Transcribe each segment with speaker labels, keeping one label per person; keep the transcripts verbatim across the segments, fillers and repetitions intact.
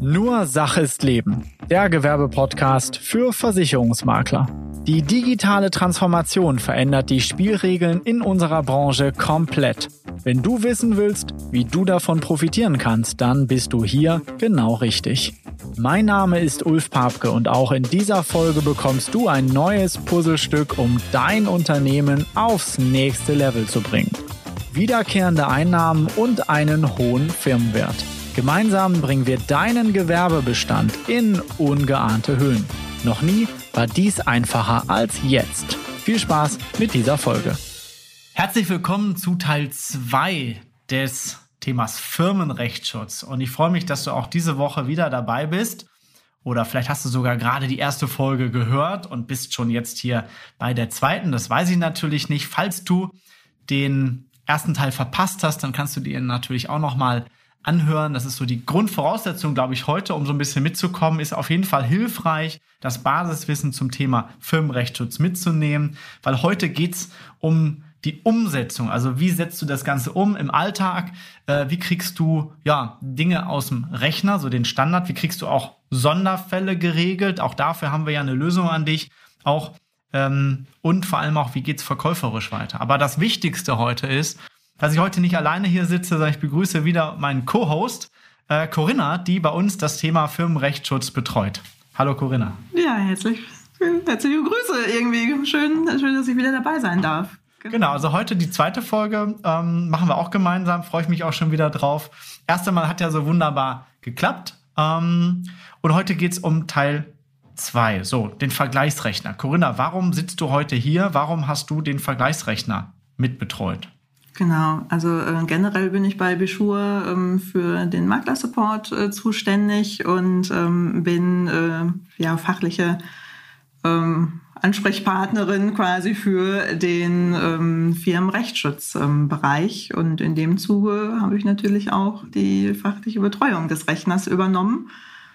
Speaker 1: Nur Sache ist Leben, der Gewerbepodcast für Versicherungsmakler. Die digitale Transformation verändert die Spielregeln in unserer Branche komplett. Wenn du wissen willst, wie du davon profitieren kannst, dann bist du hier genau richtig. Mein Name ist Ulf Papke und auch in dieser Folge bekommst du ein neues Puzzlestück, um dein Unternehmen aufs nächste Level zu bringen. Wiederkehrende Einnahmen und einen hohen Firmenwert. Gemeinsam bringen wir deinen Gewerbebestand in ungeahnte Höhen. Noch nie war dies einfacher als jetzt. Viel Spaß mit dieser Folge.
Speaker 2: Herzlich willkommen zu Teil zwei des Themas Firmenrechtsschutz. Und ich freue mich, dass du auch diese Woche wieder dabei bist. Oder vielleicht hast du sogar gerade die erste Folge gehört und bist schon jetzt hier bei der zweiten. Das weiß ich natürlich nicht. Falls du den ersten Teil verpasst hast, dann kannst du dir natürlich auch noch mal anhören. Das ist so die Grundvoraussetzung, glaube ich, heute, um so ein bisschen mitzukommen. Ist auf jeden Fall hilfreich, das Basiswissen zum Thema Firmenrechtsschutz mitzunehmen, weil heute geht's um die Umsetzung. Also wie setzt du das Ganze um im Alltag? Äh, wie kriegst du ja Dinge aus dem Rechner, so den Standard? Wie kriegst du auch Sonderfälle geregelt? Auch dafür haben wir ja eine Lösung an dich. Auch ähm, und vor allem auch, wie geht's verkäuferisch weiter? Aber das Wichtigste heute ist, dass ich heute nicht alleine hier sitze, sondern ich begrüße wieder meinen Co-Host, äh, Corinna, die bei uns das Thema Firmenrechtsschutz betreut. Hallo Corinna.
Speaker 3: Ja, herzlich, herzliche Grüße irgendwie. Schön, schön, dass ich wieder dabei sein darf.
Speaker 2: Genau, genau, also heute die zweite Folge ähm, machen wir auch gemeinsam, freue ich mich auch schon wieder drauf. Erste Mal hat ja so wunderbar geklappt. Ähm, und heute geht's um Teil zwei, so, den Vergleichsrechner. Corinna, warum sitzt du heute hier? Warum hast du den Vergleichsrechner mitbetreut?
Speaker 3: Genau, also äh, generell bin ich bei Beschur ähm, für den Maklersupport äh, zuständig und ähm, bin äh, ja fachliche ähm, Ansprechpartnerin quasi für den ähm, Firmenrechtsschutzbereich. Ähm, und in dem Zuge habe ich natürlich auch die fachliche Betreuung des Rechners übernommen.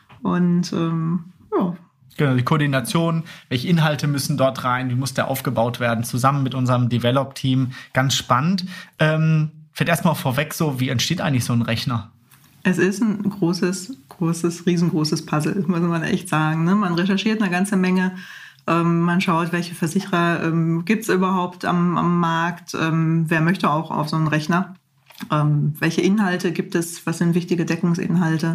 Speaker 3: Und ähm, ja.
Speaker 2: Genau, die Koordination, welche Inhalte müssen dort rein, wie muss der aufgebaut werden, zusammen mit unserem Develop-Team. Ganz spannend. Ähm, vielleicht erstmal vorweg so, wie entsteht eigentlich so ein Rechner?
Speaker 3: Es ist ein großes, großes, riesengroßes Puzzle, muss man echt sagen. Ne? Man recherchiert eine ganze Menge. Ähm, man schaut, welche Versicherer ähm, gibt es überhaupt am, am Markt. Ähm, wer möchte auch auf so einen Rechner? Ähm, welche Inhalte gibt es? Was sind wichtige Deckungsinhalte?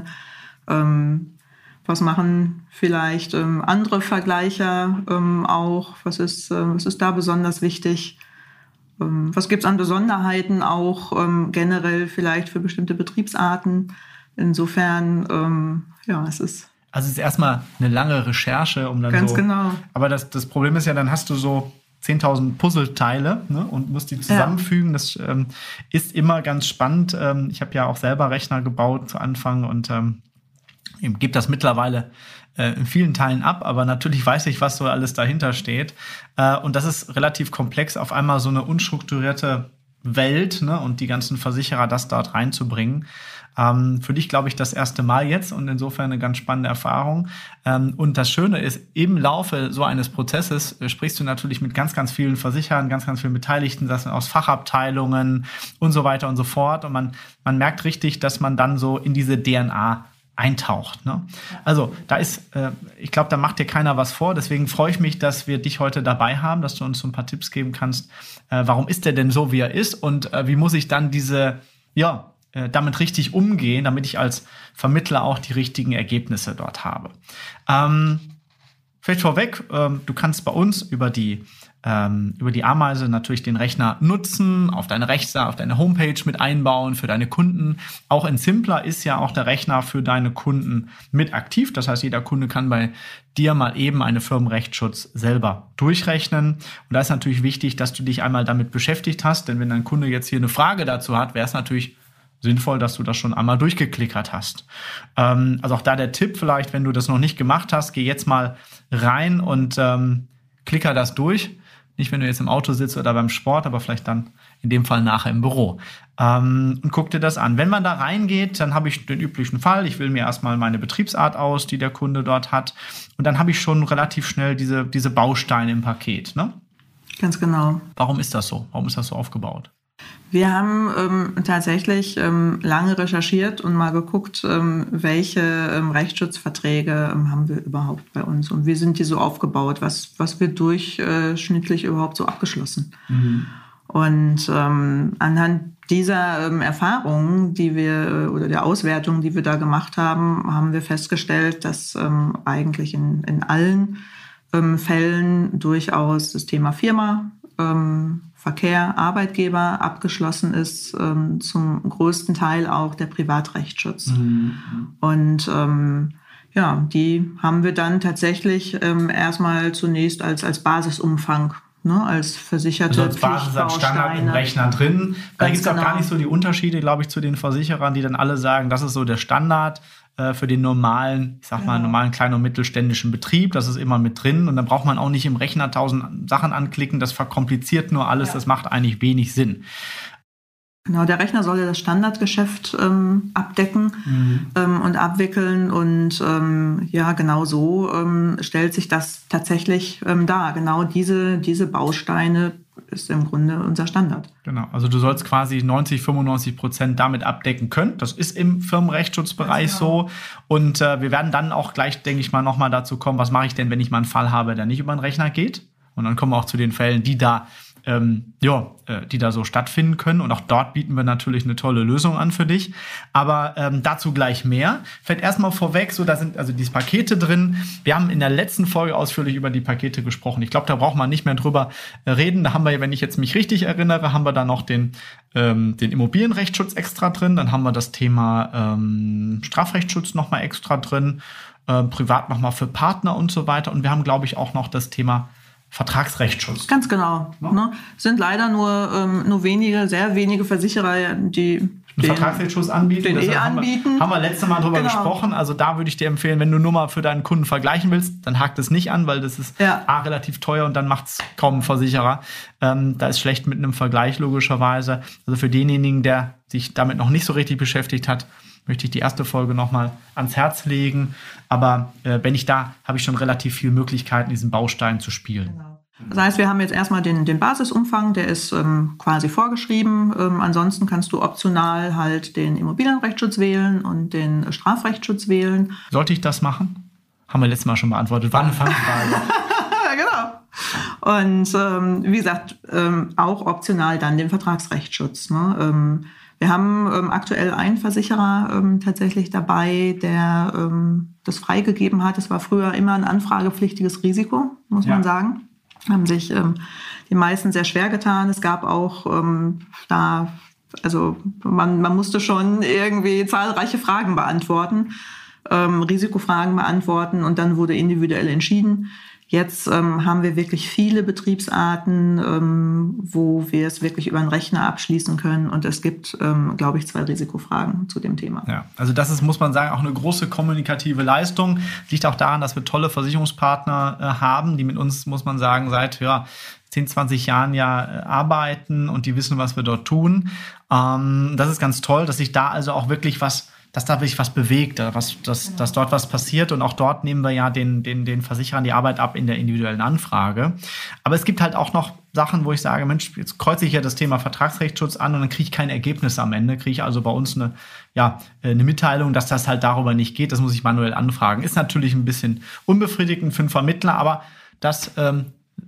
Speaker 3: Ähm, Was machen vielleicht ähm, andere Vergleicher ähm, auch? Was ist, äh, was ist da besonders wichtig? Ähm, was gibt es an Besonderheiten auch ähm, generell vielleicht für bestimmte Betriebsarten? Insofern, ähm, ja, es ist...
Speaker 2: Also es ist erstmal eine lange Recherche, um dann
Speaker 3: ganz
Speaker 2: so...
Speaker 3: Ganz genau.
Speaker 2: Aber das, das Problem ist ja, dann hast du so zehntausend Puzzleteile, ne, und musst die zusammenfügen. Ja. Das ähm, ist immer ganz spannend. Ähm, ich habe ja auch selber Rechner gebaut zu Anfang und... Ähm, Ich gebe das mittlerweile äh, in vielen Teilen ab, aber natürlich weiß ich, was so alles dahinter steht. Äh, und das ist relativ komplex, auf einmal so eine unstrukturierte Welt, ne, und die ganzen Versicherer das dort reinzubringen. Ähm, für dich, glaube ich, das erste Mal jetzt und insofern eine ganz spannende Erfahrung. Ähm, und das Schöne ist, im Laufe so eines Prozesses äh, sprichst du natürlich mit ganz, ganz vielen Versicherern, ganz, ganz vielen Beteiligten, das sind aus Fachabteilungen und so weiter und so fort. Und man, man merkt richtig, dass man dann so in diese D N A eintaucht. Ne? Also da ist, äh, ich glaube, da macht dir keiner was vor. Deswegen freue ich mich, dass wir dich heute dabei haben, dass du uns so ein paar Tipps geben kannst. Äh, warum ist der denn so, wie er ist? Und äh, wie muss ich dann diese, ja, äh, damit richtig umgehen, damit ich als Vermittler auch die richtigen Ergebnisse dort habe. Ähm, vielleicht vorweg, ähm, du kannst bei uns über die ähm, über die Ameise natürlich den Rechner nutzen, auf deine Rechte, auf deine Homepage mit einbauen für deine Kunden. Auch in Simpler ist ja auch der Rechner für deine Kunden mit aktiv. Das heißt, jeder Kunde kann bei dir mal eben eine Firmenrechtsschutz selber durchrechnen. Und da ist natürlich wichtig, dass du dich einmal damit beschäftigt hast, denn wenn dein Kunde jetzt hier eine Frage dazu hat, wäre es natürlich sinnvoll, dass du das schon einmal durchgeklickert hast. Ähm, also auch da der Tipp vielleicht, wenn du das noch nicht gemacht hast, geh jetzt mal rein und ähm, klicker das durch. Nicht, wenn du jetzt im Auto sitzt oder beim Sport, aber vielleicht dann in dem Fall nachher im Büro. Ähm, und guck dir das an. Wenn man da reingeht, dann habe ich den üblichen Fall. Ich wähle mir erstmal meine Betriebsart aus, die der Kunde dort hat. Und dann habe ich schon relativ schnell diese, diese Bausteine im Paket. Ne?
Speaker 3: Ganz genau.
Speaker 2: Warum ist das so? Warum ist das so aufgebaut?
Speaker 3: Wir haben ähm, tatsächlich ähm, lange recherchiert und mal geguckt, ähm, welche ähm, Rechtsschutzverträge ähm, haben wir überhaupt bei uns und wie sind die so aufgebaut, was, was wird durchschnittlich überhaupt so abgeschlossen. Mhm. Und ähm, anhand dieser ähm, Erfahrungen, die wir oder der Auswertung, die wir da gemacht haben, haben wir festgestellt, dass ähm, eigentlich in, in allen ähm, Fällen durchaus das Thema Firma, ähm, Verkehr, Arbeitgeber abgeschlossen ist, ähm, zum größten Teil auch der Privatrechtsschutz. Mhm. Und ähm, ja, die haben wir dann tatsächlich ähm, erstmal zunächst als, als Basisumfang, ne, als versicherte
Speaker 2: also als Basis, als Standard im Rechner drin. Da gibt es auch gar nicht so die Unterschiede, glaube ich, zu den Versicherern, die dann alle sagen, das ist so der Standard für den normalen, ich sag ja. mal, normalen kleinen und mittelständischen Betrieb. Das ist immer mit drin. Und dann braucht man auch nicht im Rechner tausend Sachen anklicken. Das verkompliziert nur alles. Ja. Das macht eigentlich wenig Sinn.
Speaker 3: Genau, der Rechner soll ja das Standardgeschäft ähm, abdecken mhm. ähm, und abwickeln. Und ähm, ja, genau so ähm, stellt sich das tatsächlich ähm, dar. Genau diese, diese Bausteine ist im Grunde unser Standard.
Speaker 2: Genau, also du sollst quasi neunzig, fünfundneunzig Prozent damit abdecken können. Das ist im Firmenrechtsschutzbereich genau. so. Und äh, wir werden dann auch gleich, denke ich mal, nochmal dazu kommen, was mache ich denn, wenn ich mal einen Fall habe, der nicht über den Rechner geht. Und dann kommen wir auch zu den Fällen, die da Ähm, ja, äh, die da so stattfinden können. Und auch dort bieten wir natürlich eine tolle Lösung an für dich. Aber ähm, dazu gleich mehr. Vielleicht erstmal vorweg, so da sind also diese Pakete drin. Wir haben in der letzten Folge ausführlich über die Pakete gesprochen. Ich glaube, da braucht man nicht mehr drüber äh, reden. Da haben wir, wenn ich jetzt mich richtig erinnere, haben wir da noch den, ähm, den Immobilienrechtsschutz extra drin. Dann haben wir das Thema ähm, Strafrechtsschutz nochmal extra drin. Äh, privat nochmal für Partner und so weiter. Und wir haben, glaube ich, auch noch das Thema Vertragsrechtsschutz.
Speaker 3: Ganz genau. Ja. Ne? Sind leider nur, ähm, nur wenige, sehr wenige Versicherer, die
Speaker 2: einen den Vertragsrechtsschutz anbieten.
Speaker 3: Den eh haben
Speaker 2: anbieten. Wir, haben wir letztes Mal drüber genau. gesprochen. Also da würde ich dir empfehlen, wenn du nur mal für deinen Kunden vergleichen willst, dann hakt es nicht an, weil das ist ja. A, relativ teuer und dann macht es kaum ein Versicherer. Ähm, da ist schlecht mit einem Vergleich logischerweise. Also für denjenigen, der sich damit noch nicht so richtig beschäftigt hat, möchte ich die erste Folge nochmal ans Herz legen. Aber äh, wenn ich da, habe ich schon relativ viele Möglichkeiten, diesen Baustein zu spielen.
Speaker 3: Genau. Das heißt, wir haben jetzt erstmal den, den Basisumfang, der ist ähm, quasi vorgeschrieben. Ähm, ansonsten kannst du optional halt den Immobilienrechtsschutz wählen und den Strafrechtsschutz wählen.
Speaker 2: Sollte ich das machen? Haben wir letztes Mal schon beantwortet. War eine Fangfrage.
Speaker 3: Genau. Und ähm, wie gesagt, ähm, auch optional dann den Vertragsrechtsschutz. Ne? Ähm, Wir haben ähm, aktuell einen Versicherer ähm, tatsächlich dabei, der ähm, das freigegeben hat. Es war früher immer ein anfragepflichtiges Risiko, muss ja. man sagen. Haben sich ähm, die meisten sehr schwer getan. Es gab auch ähm, da, also man, man musste schon irgendwie zahlreiche Fragen beantworten, ähm, Risikofragen beantworten und dann wurde individuell entschieden. Jetzt ähm, haben wir wirklich viele Betriebsarten, ähm, wo wir es wirklich über einen Rechner abschließen können. Und es gibt, ähm, glaube ich, zwei Risikofragen zu dem Thema.
Speaker 2: Ja, also das ist, muss man sagen, auch eine große kommunikative Leistung. Liegt auch daran, dass wir tolle Versicherungspartner äh, haben, die mit uns, muss man sagen, seit ja, zehn, zwanzig Jahren ja äh, arbeiten und die wissen, was wir dort tun. Ähm, das ist ganz toll, dass sich da also auch wirklich was dass da wirklich was bewegt, was, dass, genau. dass dort was passiert. Und auch dort nehmen wir ja den, den, den Versicherern die Arbeit ab in der individuellen Anfrage. Aber es gibt halt auch noch Sachen, wo ich sage, Mensch, jetzt kreuze ich ja das Thema Vertragsrechtsschutz an und dann kriege ich kein Ergebnis am Ende. Kriege ich also bei uns eine, ja, eine Mitteilung, dass das halt darüber nicht geht. Das muss ich manuell anfragen. Ist natürlich ein bisschen unbefriedigend für einen Vermittler, aber das ähm,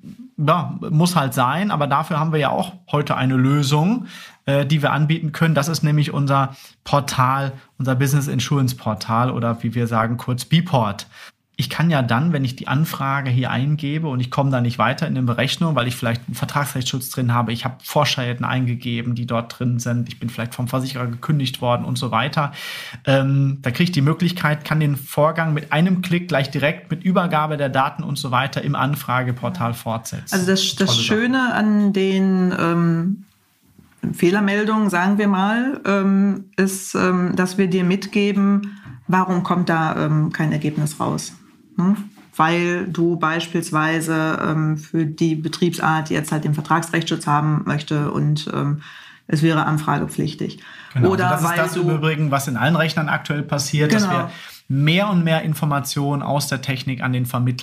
Speaker 2: ja, muss halt sein. Aber dafür haben wir ja auch heute eine Lösung, äh, die wir anbieten können. Das ist nämlich unser Portal, unser Business Insurance Portal oder wie wir sagen, kurz B-Port. Ich kann ja dann, wenn ich die Anfrage hier eingebe und ich komme da nicht weiter in den Berechnungen, weil ich vielleicht einen Vertragsrechtsschutz drin habe, ich habe Vorschäden eingegeben, die dort drin sind, ich bin vielleicht vom Versicherer gekündigt worden und so weiter. Ähm, da kriege ich die Möglichkeit, kann den Vorgang mit einem Klick gleich direkt mit Übergabe der Daten und so weiter im Anfrageportal fortsetzen.
Speaker 3: Also das, das Schöne an den ähm, Fehlermeldungen, sagen wir mal, ähm, ist, ähm, dass wir dir mitgeben, warum kommt da ähm, kein Ergebnis raus. Hm? Weil du beispielsweise ähm, für die Betriebsart jetzt halt den Vertragsrechtsschutz haben möchte und ähm, es wäre anfragepflichtig.
Speaker 2: Genau, Oder also das weil ist das du, im Übrigen, was in allen Rechnern aktuell passiert, genau. dass wir mehr und mehr Informationen aus der Technik an den Vermittler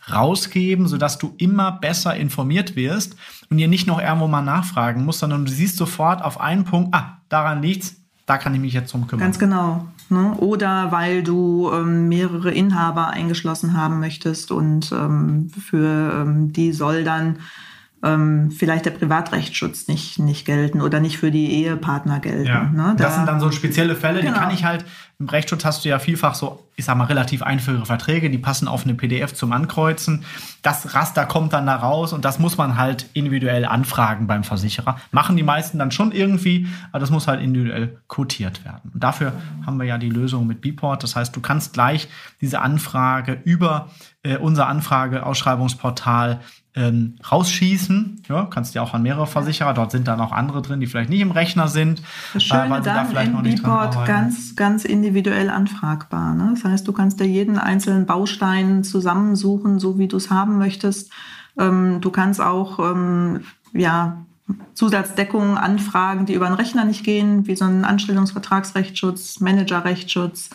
Speaker 2: rausgeben, sodass du immer besser informiert wirst und ihr nicht noch irgendwo mal nachfragen musst, sondern du siehst sofort auf einen Punkt, ah, daran liegt's, da kann ich mich jetzt drum kümmern.
Speaker 3: Ganz genau. Ne? Oder weil du ähm, mehrere Inhaber eingeschlossen haben möchtest und ähm, für ähm, die soll dann ähm, vielleicht der Privatrechtsschutz nicht, nicht gelten oder nicht für die Ehepartner gelten.
Speaker 2: Ja.
Speaker 3: Ne? Da,
Speaker 2: das sind dann so spezielle Fälle,
Speaker 3: genau.
Speaker 2: Die kann ich halt, im Rechtsschutz hast du ja vielfach so, ich sag mal, relativ einfache Verträge, die passen auf eine P D F zum Ankreuzen. Das Raster kommt dann da raus und das muss man halt individuell anfragen beim Versicherer. Machen die meisten dann schon irgendwie, aber das muss halt individuell quotiert werden. Und dafür haben wir ja die Lösung mit Bport. Das heißt, du kannst gleich diese Anfrage über äh, unser Anfrage-Ausschreibungsportal ähm, rausschießen. Ja, kannst ja auch an mehrere Versicherer. Dort sind dann auch andere drin, die vielleicht nicht im Rechner sind.
Speaker 3: Das Schöne
Speaker 2: äh, weil sie
Speaker 3: dann
Speaker 2: da vielleicht
Speaker 3: in
Speaker 2: noch nicht dran
Speaker 3: Bport
Speaker 2: arbeiten.
Speaker 3: ganz, ganz individuell anfragbar. Ne? Das heißt, du kannst dir jeden einzelnen Baustein zusammensuchen, so wie du es haben möchtest. Ähm, du kannst auch ähm, ja, Zusatzdeckungen anfragen, die über den Rechner nicht gehen, wie so ein Anstellungsvertragsrechtsschutz, Managerrechtsschutz,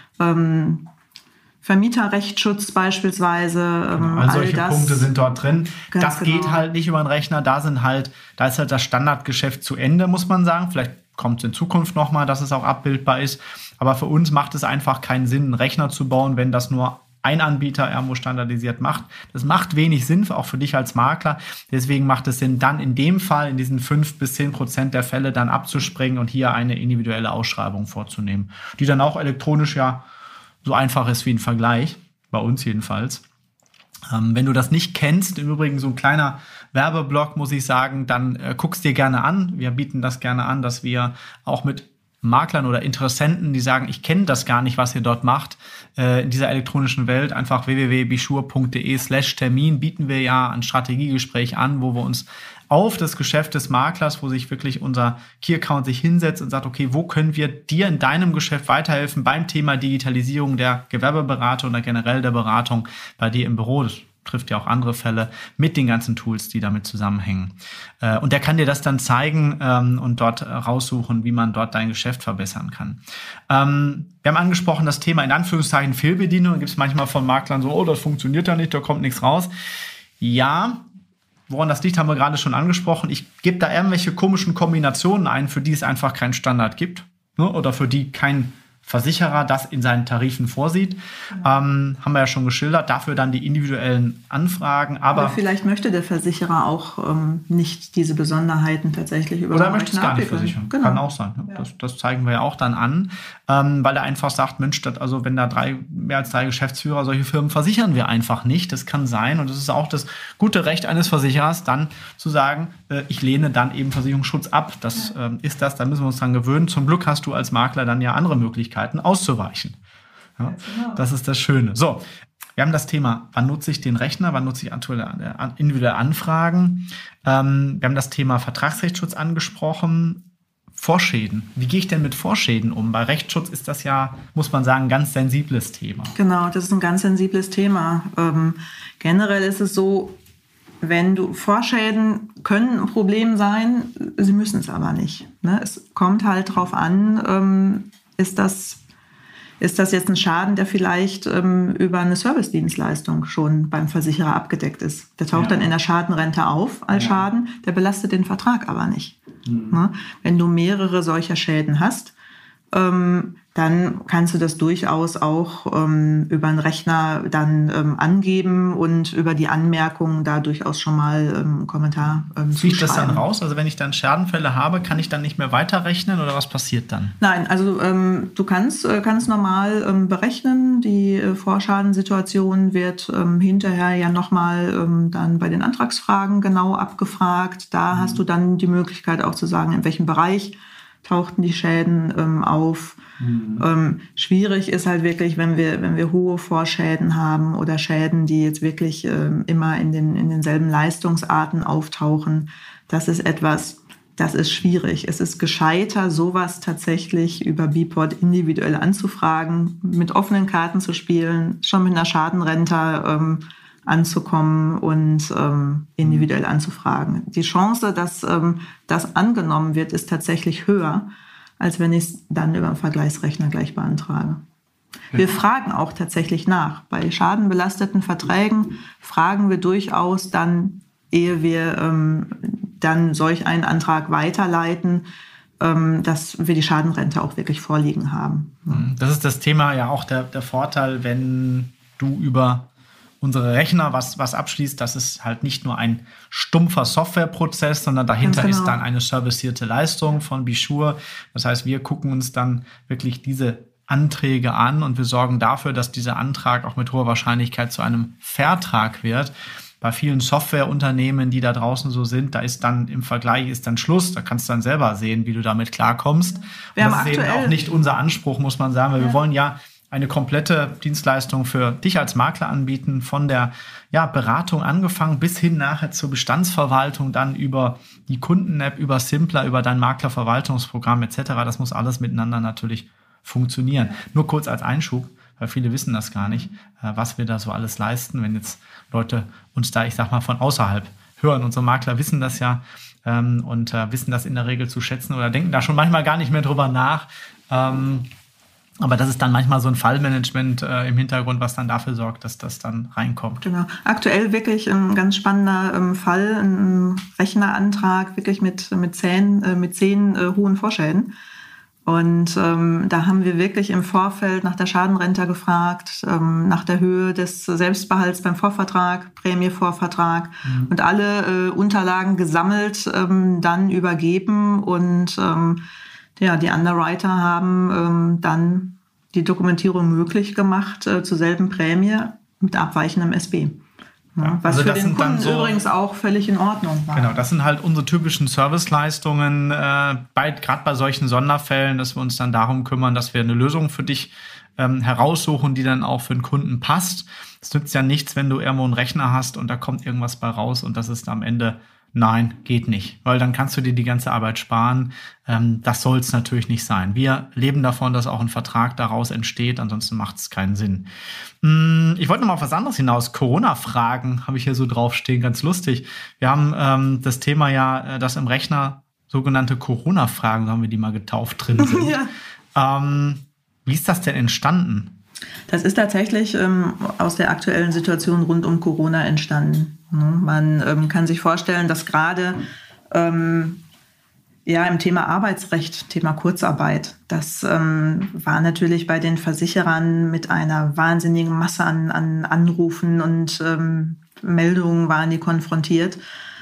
Speaker 3: ähm, Vermieterrechtsschutz beispielsweise. Ähm,
Speaker 2: Genau, all solche
Speaker 3: all das,
Speaker 2: Punkte sind dort drin.
Speaker 3: Ganz
Speaker 2: Das geht
Speaker 3: genau.
Speaker 2: halt nicht über den Rechner. Da sind halt, da ist halt das Standardgeschäft zu Ende, muss man sagen. Vielleicht kommt es in Zukunft nochmal, dass es auch abbildbar ist. Aber für uns macht es einfach keinen Sinn, einen Rechner zu bauen, wenn das nur ein Anbieter irgendwo standardisiert macht. Das macht wenig Sinn, auch für dich als Makler. Deswegen macht es Sinn, dann in dem Fall, in diesen fünf bis zehn Prozent der Fälle dann abzuspringen und hier eine individuelle Ausschreibung vorzunehmen, die dann auch elektronisch ja so einfach ist wie ein Vergleich, bei uns jedenfalls. Ähm, wenn du das nicht kennst, im Übrigen so ein kleiner Werbeblock, muss ich sagen, dann äh, guck's dir gerne an. Wir bieten das gerne an, dass wir auch mit Maklern oder Interessenten, die sagen, ich kenne das gar nicht, was ihr dort macht, äh, in dieser elektronischen Welt, einfach w w w punkt bischur punkt d e slash Termin bieten wir ja ein Strategiegespräch an, wo wir uns auf das Geschäft des Maklers, wo sich wirklich unser Key-Account sich hinsetzt und sagt, okay, wo können wir dir in deinem Geschäft weiterhelfen beim Thema Digitalisierung der Gewerbeberatung oder generell der Beratung bei dir im Büro. Das trifft ja auch andere Fälle mit den ganzen Tools, die damit zusammenhängen. Äh, und der kann dir das dann zeigen ähm, und dort äh, raussuchen, wie man dort dein Geschäft verbessern kann. Ähm, wir haben angesprochen, das Thema in Anführungszeichen Fehlbedienung. Da gibt es manchmal von Maklern so, oh, das funktioniert ja nicht, da kommt nichts raus. Ja, woran das liegt, haben wir gerade schon angesprochen. Ich gebe da irgendwelche komischen Kombinationen ein, für die es einfach keinen Standard gibt, ne? Oder für die kein Versicherer das in seinen Tarifen vorsieht. Ja. Ähm, haben wir ja schon geschildert. Dafür dann die individuellen Anfragen. Aber
Speaker 3: Oder vielleicht möchte der Versicherer auch ähm, nicht diese Besonderheiten tatsächlich über
Speaker 2: Oder er möchte es gar nicht versichern.
Speaker 3: Genau.
Speaker 2: Kann auch sein. Ja. Das, das zeigen wir ja auch dann an, ähm, weil er einfach sagt, Mensch, das, also wenn da drei, mehr als drei Geschäftsführer solche Firmen versichern wir einfach nicht. Das kann sein. Und das ist auch das gute Recht eines Versicherers, dann zu sagen, äh, ich lehne dann eben Versicherungsschutz ab. Das ja. ähm, ist das, da müssen wir uns dran gewöhnen. Zum Glück hast du als Makler dann ja andere Möglichkeiten auszuweichen. Ja, genau. Das ist das Schöne. So, wir haben das Thema, wann nutze ich den Rechner, wann nutze ich aktuelle, individuelle Anfragen. Ähm, wir haben das Thema Vertragsrechtsschutz angesprochen. Vorschäden. Wie gehe ich denn mit Vorschäden um? Bei Rechtsschutz ist das ja, muss man sagen, ein ganz sensibles Thema.
Speaker 3: Genau, das ist ein ganz sensibles Thema. Ähm, generell ist es so, wenn du Vorschäden können ein Problem sein, sie müssen es aber nicht. Ne? Es kommt halt drauf an, ähm, Ist das, ist das jetzt ein Schaden, der vielleicht ähm, über eine Servicedienstleistung schon beim Versicherer abgedeckt ist? Der taucht ja. dann in der Schadenrente auf als ja. Schaden, der belastet den Vertrag aber nicht. Mhm. Ne? Wenn du mehrere solcher Schäden hast, ähm, dann kannst du das durchaus auch ähm, über einen Rechner dann ähm, angeben und über die Anmerkungen da durchaus schon mal ähm, einen Kommentar ähm,
Speaker 2: Fliegt das dann raus? Also wenn ich dann Schadenfälle habe, kann ich dann nicht mehr weiterrechnen oder was passiert dann?
Speaker 3: Nein, also ähm, du kannst, äh, kannst normal ähm, berechnen. Die äh, Vorschadensituation wird ähm, hinterher ja nochmal ähm, dann bei den Antragsfragen genau abgefragt. Da mhm. hast du dann die Möglichkeit auch zu sagen, in welchem Bereich tauchten die Schäden ähm, auf. Mhm. Ähm, schwierig ist halt wirklich, wenn wir, wenn wir hohe Vorschäden haben oder Schäden, die jetzt wirklich ähm, immer in den, in denselben Leistungsarten auftauchen. Das ist etwas, das ist schwierig. Es ist gescheiter, sowas tatsächlich über Bport individuell anzufragen, mit offenen Karten zu spielen, schon mit einer Schadenrente ähm, anzukommen und ähm, individuell anzufragen. Die Chance, dass ähm, das angenommen wird, ist tatsächlich höher, als wenn ich es dann über einen Vergleichsrechner gleich beantrage. Wir fragen auch tatsächlich nach. Bei schadenbelasteten Verträgen fragen wir durchaus dann, ehe wir ähm, dann solch einen Antrag weiterleiten, ähm, dass wir die Schadenrente auch wirklich vorliegen haben.
Speaker 2: Das ist das Thema ja auch der, der Vorteil, wenn du über unsere Rechner was, was abschließt, das ist halt nicht nur ein stumpfer Softwareprozess, sondern dahinter genau. ist dann eine servicierte Leistung von Be-Sure. Das heißt, wir gucken uns dann wirklich diese Anträge an und wir sorgen dafür, dass dieser Antrag auch mit hoher Wahrscheinlichkeit zu einem Vertrag wird. Bei vielen Softwareunternehmen, die da draußen so sind, da ist dann im Vergleich ist dann Schluss. Da kannst du dann selber sehen, wie du damit klarkommst.
Speaker 3: Wir
Speaker 2: und
Speaker 3: haben
Speaker 2: das ist eben auch nicht unser Anspruch, muss man sagen, weil ja. wir wollen ja eine komplette Dienstleistung für dich als Makler anbieten, von der ja, Beratung angefangen bis hin nachher zur Bestandsverwaltung, dann über die Kunden-App, über Simpler, über dein Maklerverwaltungsprogramm et cetera. Das muss alles miteinander natürlich funktionieren. Nur kurz als Einschub, weil viele wissen das gar nicht, was wir da so alles leisten, wenn jetzt Leute uns da, ich sag mal, von außerhalb hören. Unsere Makler wissen das ja ähm, und äh, wissen das in der Regel zu schätzen oder denken da schon manchmal gar nicht mehr drüber nach. Ähm, aber das ist dann manchmal so ein Fallmanagement äh, im Hintergrund, was dann dafür sorgt, dass das dann reinkommt.
Speaker 3: Genau. Aktuell wirklich ein ganz spannender ähm, Fall, ein Rechnerantrag wirklich mit, mit zehn, äh, mit zehn äh, hohen Vorschäden. Und ähm, da haben wir wirklich im Vorfeld nach der Schadenrente gefragt, ähm, nach der Höhe des Selbstbehalts beim Vorvertrag, Prämievorvertrag mhm. und alle äh, Unterlagen gesammelt, ähm, dann übergeben. Und ähm, ja, die Underwriter haben ähm, dann die Dokumentierung möglich gemacht äh, zur selben Prämie mit abweichendem S B. Ja, was also für den Kunden so, übrigens auch völlig in Ordnung war.
Speaker 2: Genau, das sind halt unsere typischen Serviceleistungen, äh, bei, gerade bei solchen Sonderfällen, dass wir uns dann darum kümmern, dass wir eine Lösung für dich ähm, heraussuchen, die dann auch für den Kunden passt. Es nützt ja nichts, wenn du irgendwo einen Rechner hast und da kommt irgendwas bei raus und das ist am Ende, nein, geht nicht, weil dann kannst du dir die ganze Arbeit sparen. Ähm, das soll es natürlich nicht sein. Wir leben davon, dass auch ein Vertrag daraus entsteht, ansonsten macht es keinen Sinn. Ich wollte noch mal auf was anderes hinaus. Corona-Fragen habe ich hier so draufstehen, ganz lustig. Wir haben ähm, das Thema ja, dass im Rechner sogenannte Corona-Fragen, so haben wir die mal getauft, drin sind. Ja. Ähm, wie ist das denn entstanden?
Speaker 3: Das ist tatsächlich ähm, aus der aktuellen Situation rund um Corona entstanden. Man ähm, kann sich vorstellen, dass gerade ähm, ja, im Thema Arbeitsrecht, Thema Kurzarbeit, das ähm, war natürlich bei den Versicherern mit einer wahnsinnigen Masse an, an Anrufen und ähm, Meldungen waren die konfrontiert.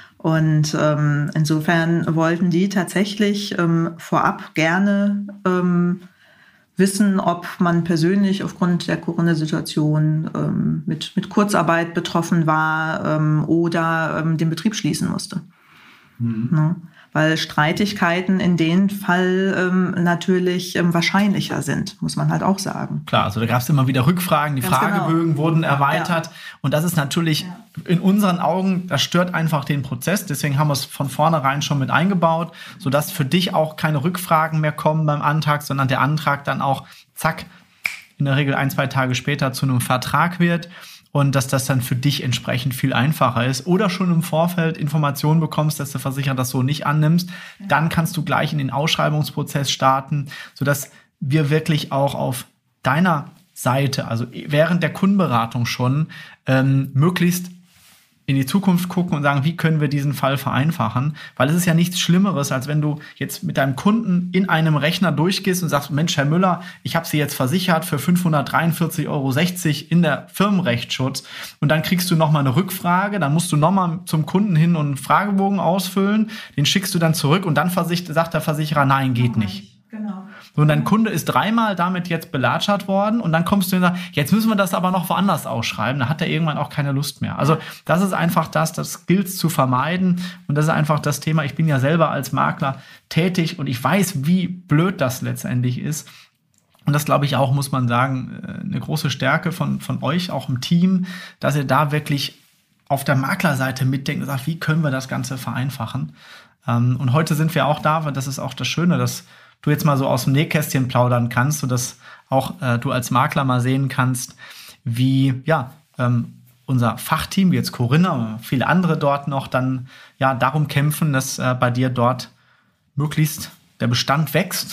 Speaker 3: Und ähm, insofern wollten die tatsächlich ähm, vorab gerne ähm, wissen, ob man persönlich aufgrund der Corona-Situation ähm, mit, mit Kurzarbeit betroffen war ähm, oder ähm, den Betrieb schließen musste. Mhm. Ne? Weil Streitigkeiten in dem Fall ähm, natürlich ähm, wahrscheinlicher sind, muss man halt auch sagen.
Speaker 2: Klar, also da gab es immer wieder Rückfragen, die Ganz Fragebögen genau. wurden erweitert. Ja. Und das ist natürlich ja. in unseren Augen, das stört einfach den Prozess. Deswegen haben wir es von vornherein schon mit eingebaut, sodass für dich auch keine Rückfragen mehr kommen beim Antrag, sondern der Antrag dann auch, zack, in der Regel ein, zwei Tage später zu einem Vertrag wird. Und dass das dann für dich entsprechend viel einfacher ist. Oder schon im Vorfeld Informationen bekommst, dass der Versicherer das so nicht annimmst. Ja. Dann kannst du gleich in den Ausschreibungsprozess starten, sodass wir wirklich auch auf deiner Seite, also während der Kundenberatung schon, ähm, möglichst in die Zukunft gucken und sagen, wie können wir diesen Fall vereinfachen? Weil es ist ja nichts Schlimmeres, als wenn du jetzt mit deinem Kunden in einem Rechner durchgehst und sagst, Mensch, Herr Müller, ich habe Sie jetzt versichert für fünfhundertdreiundvierzig Euro sechzig in der Firmenrechtsschutz und dann kriegst du nochmal eine Rückfrage, dann musst du nochmal zum Kunden hin und einen Fragebogen ausfüllen, den schickst du dann zurück und dann sagt der Versicherer, nein, geht nicht. Genau. So, und dein Kunde ist dreimal damit jetzt belatschert worden und dann kommst du und sagst, jetzt müssen wir das aber noch woanders ausschreiben. Da hat er irgendwann auch keine Lust mehr. Also das ist einfach das, das gilt zu vermeiden und das ist einfach das Thema. Ich bin ja selber als Makler tätig und ich weiß, wie blöd das letztendlich ist. Und das, glaube ich, auch, muss man sagen, eine große Stärke von, von euch, auch im Team, dass ihr da wirklich auf der Maklerseite mitdenkt und sagt, wie können wir das Ganze vereinfachen? Und heute sind wir auch da, weil das ist auch das Schöne, dass du jetzt mal so aus dem Nähkästchen plaudern kannst, sodass auch äh, du als Makler mal sehen kannst, wie ja ähm, unser Fachteam, wie jetzt Corinna und viele andere dort noch, dann ja darum kämpfen, dass äh, bei dir dort möglichst der Bestand wächst,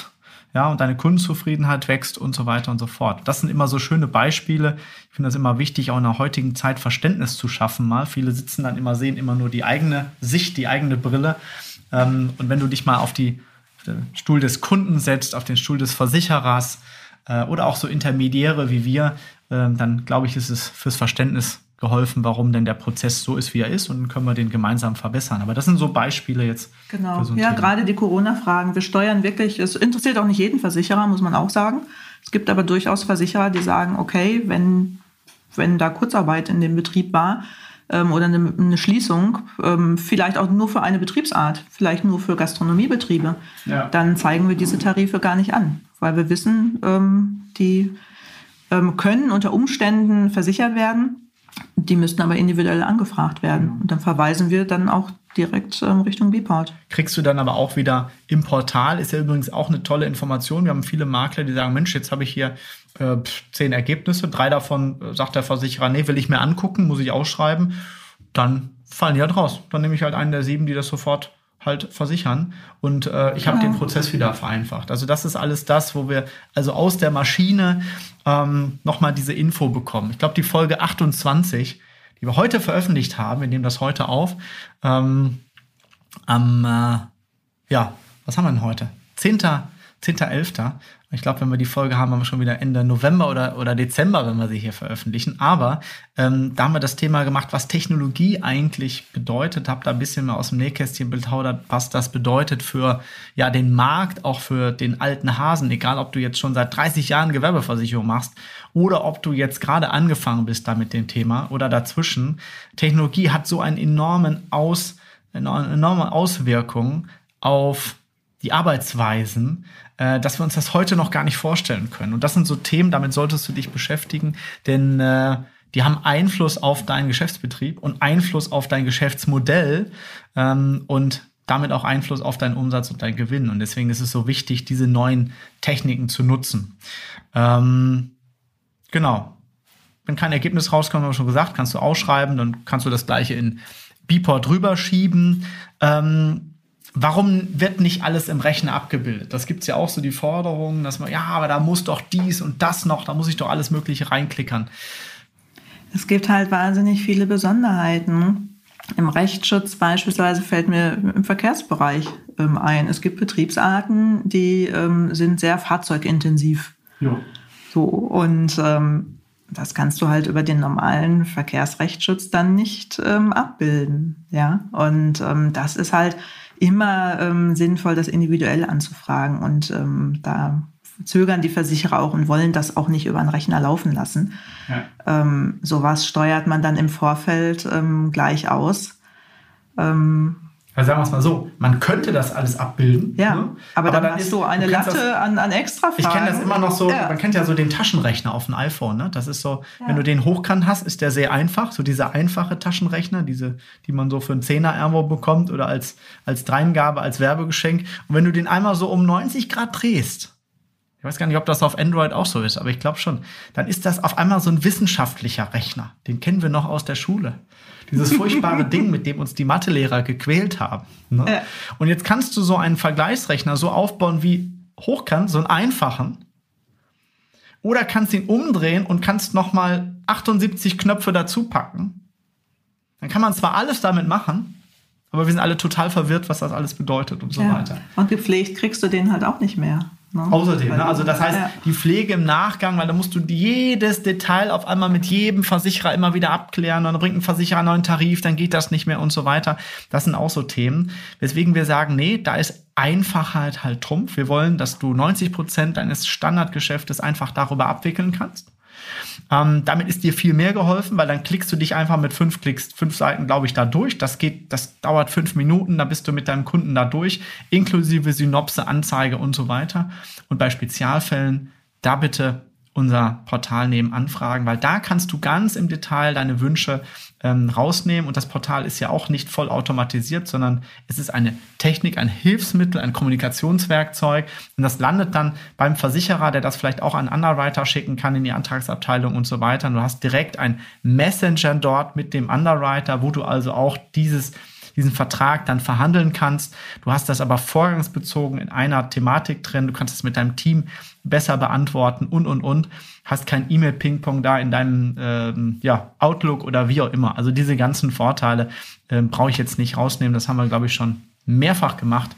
Speaker 2: ja, und deine Kundenzufriedenheit wächst und so weiter und so fort. Das sind immer so schöne Beispiele. Ich finde das immer wichtig, auch in der heutigen Zeit Verständnis zu schaffen mal. Viele sitzen dann immer, sehen immer nur die eigene Sicht, die eigene Brille. Ähm, und wenn du dich mal auf, die, auf den Stuhl des Kunden setzt, auf den Stuhl des Versicherers äh, oder auch so Intermediäre wie wir, äh, dann glaube ich, ist es fürs Verständnis geholfen, warum denn der Prozess so ist, wie er ist, und dann können wir den gemeinsam verbessern. Aber das sind so Beispiele jetzt.
Speaker 3: Genau,
Speaker 2: für so ein
Speaker 3: ja,
Speaker 2: Thema.
Speaker 3: Gerade die Corona-Fragen. Wir steuern wirklich, es interessiert auch nicht jeden Versicherer, muss man auch sagen. Es gibt aber durchaus Versicherer, die sagen, okay, wenn, wenn da Kurzarbeit in dem Betrieb war ähm, oder eine, eine Schließung, ähm, vielleicht auch nur für eine Betriebsart, vielleicht nur für Gastronomiebetriebe, ja. dann zeigen wir diese Tarife gar nicht an, weil wir wissen, ähm, die ähm, können unter Umständen versichert werden. Die müssten aber individuell angefragt werden. Und dann verweisen wir dann auch direkt ähm, Richtung B-Port.
Speaker 2: Kriegst du dann aber auch wieder im Portal, ist ja übrigens auch eine tolle Information. Wir haben viele Makler, die sagen, Mensch, jetzt habe ich hier äh, zehn Ergebnisse. Drei davon äh, sagt der Versicherer, nee, will ich mir angucken, muss ich ausschreiben. Dann fallen die halt raus. Dann nehme ich halt einen der sieben, die das sofort halt versichern. Und äh, ich habe ja. den Prozess wieder vereinfacht. Also das ist alles das, wo wir also aus der Maschine ähm, nochmal diese Info bekommen. Ich glaube, die Folge achtundzwanzig, die wir heute veröffentlicht haben, wir nehmen das heute auf, ähm, am, äh, ja, was haben wir denn heute? zehnter elfter Ich glaube, wenn wir die Folge haben, haben wir schon wieder Ende November oder, oder Dezember, wenn wir sie hier veröffentlichen. Aber ähm, da haben wir das Thema gemacht, was Technologie eigentlich bedeutet. Hab da ein bisschen mal aus dem Nähkästchen beplaudert, was das bedeutet für ja den Markt, auch für den alten Hasen. Egal, ob du jetzt schon seit dreißig Jahren Gewerbeversicherung machst oder ob du jetzt gerade angefangen bist da mit dem Thema oder dazwischen. Technologie hat so einen enormen Aus, eine enorme Auswirkung auf die Arbeitsweisen, äh, dass wir uns das heute noch gar nicht vorstellen können. Und das sind so Themen, damit solltest du dich beschäftigen, denn äh, die haben Einfluss auf deinen Geschäftsbetrieb und Einfluss auf dein Geschäftsmodell ähm, und damit auch Einfluss auf deinen Umsatz und deinen Gewinn. Und deswegen ist es so wichtig, diese neuen Techniken zu nutzen. Ähm, genau. Wenn kein Ergebnis rauskommt, haben wir schon gesagt, kannst du ausschreiben, dann kannst du das Gleiche in B-Port rüberschieben. Ähm, Warum wird nicht alles im Rechner abgebildet? Das gibt's ja auch so die Forderungen, dass man, ja, aber da muss doch dies und das noch, da muss ich doch alles Mögliche reinklickern.
Speaker 3: Es gibt halt wahnsinnig viele Besonderheiten. Im Rechtsschutz beispielsweise fällt mir im Verkehrsbereich ähm, ein. Es gibt Betriebsarten, die ähm, sind sehr fahrzeugintensiv. Ja. So, und ähm, das kannst du halt über den normalen Verkehrsrechtsschutz dann nicht ähm, abbilden. Ja, und ähm, das ist halt immer ähm, sinnvoll, das individuell anzufragen. Und ähm, da zögern die Versicherer auch und wollen das auch nicht über einen Rechner laufen lassen. Ja. Ähm, sowas steuert man dann im Vorfeld ähm, gleich aus. Ähm,
Speaker 2: Also sagen wir es mal so, man könnte das alles abbilden.
Speaker 3: Ja,
Speaker 2: ne?
Speaker 3: aber, aber dann, dann hast
Speaker 2: ist,
Speaker 3: du eine Latte das, an, an extra Fragen.
Speaker 2: Ich kenne das immer noch so, ja. Man kennt ja so den Taschenrechner auf dem iPhone. Ne? Das ist so, ja. Wenn du den hochkant hast, ist der sehr einfach. So dieser einfache Taschenrechner, diese, die man so für einen Zehner irgendwo bekommt oder als, als Dreingabe, als Werbegeschenk. Und wenn du den einmal so um neunzig Grad drehst, ich weiß gar nicht, ob das auf Android auch so ist, aber ich glaube schon, dann ist das auf einmal so ein wissenschaftlicher Rechner. Den kennen wir noch aus der Schule. Dieses furchtbare Ding, mit dem uns die Mathelehrer gequält haben. Ne? Ja. Und jetzt kannst du so einen Vergleichsrechner so aufbauen wie hochkant, so einen einfachen. Oder kannst ihn umdrehen und kannst nochmal achtundsiebzig Knöpfe dazu packen. Dann kann man zwar alles damit machen, aber wir sind alle total verwirrt, was das alles bedeutet und so ja. weiter.
Speaker 3: Und gepflegt kriegst du den halt auch nicht mehr. Ne?
Speaker 2: Außerdem, ne? Also das heißt, ja. die Pflege im Nachgang, weil da musst du jedes Detail auf einmal mit jedem Versicherer immer wieder abklären und dann bringt ein Versicherer einen neuen Tarif, dann geht das nicht mehr und so weiter. Das sind auch so Themen, weswegen wir sagen, nee, da ist Einfachheit halt Trumpf. Wir wollen, dass du neunzig Prozent deines Standardgeschäftes einfach darüber abwickeln kannst. Ähm, damit ist dir viel mehr geholfen, weil dann klickst du dich einfach mit fünf Klicks, fünf Seiten, glaube ich, da durch. Das geht, das dauert fünf Minuten, da bist du mit deinem Kunden da durch, inklusive Synopse, Anzeige und so weiter. Und bei Spezialfällen, da bitte unser Portal nehmen, anfragen, weil da kannst du ganz im Detail deine Wünsche ähm, rausnehmen. Und das Portal ist ja auch nicht voll automatisiert, sondern es ist eine Technik, ein Hilfsmittel, ein Kommunikationswerkzeug. Und das landet dann beim Versicherer, der das vielleicht auch an Underwriter schicken kann in die Antragsabteilung und so weiter. Und du hast direkt einen Messenger dort mit dem Underwriter, wo du also auch dieses diesen Vertrag dann verhandeln kannst. Du hast das aber vorgangsbezogen in einer Thematik drin. Du kannst es mit deinem Team besser beantworten und, und, und. Hast kein E-Mail-Ping-Pong da in deinem ähm, ja, Outlook oder wie auch immer. Also diese ganzen Vorteile ähm, brauche ich jetzt nicht rausnehmen. Das haben wir, glaube ich, schon mehrfach gemacht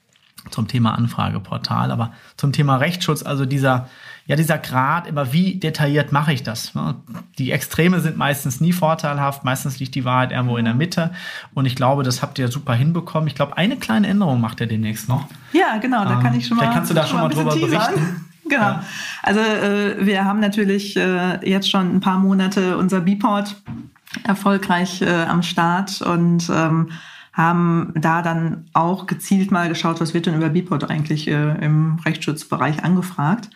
Speaker 2: zum Thema Anfrageportal. Aber zum Thema Rechtsschutz, also dieser, ja, dieser Grad, immer wie detailliert mache ich das? Ne? Die Extreme sind meistens nie vorteilhaft. Meistens liegt die Wahrheit irgendwo in der Mitte. Und ich glaube, das habt ihr super hinbekommen. Ich glaube, eine kleine Änderung macht ihr demnächst noch.
Speaker 3: Ja, genau. Da ähm, kann ich schon mal.
Speaker 2: Vielleicht kannst du da schon mal drüber berichten.
Speaker 3: Genau. Ja. Also äh, wir haben natürlich äh, jetzt schon ein paar Monate unser B-Port erfolgreich äh, am Start und ähm, haben da dann auch gezielt mal geschaut, was wird denn über B-Port eigentlich äh, im Rechtsschutzbereich angefragt.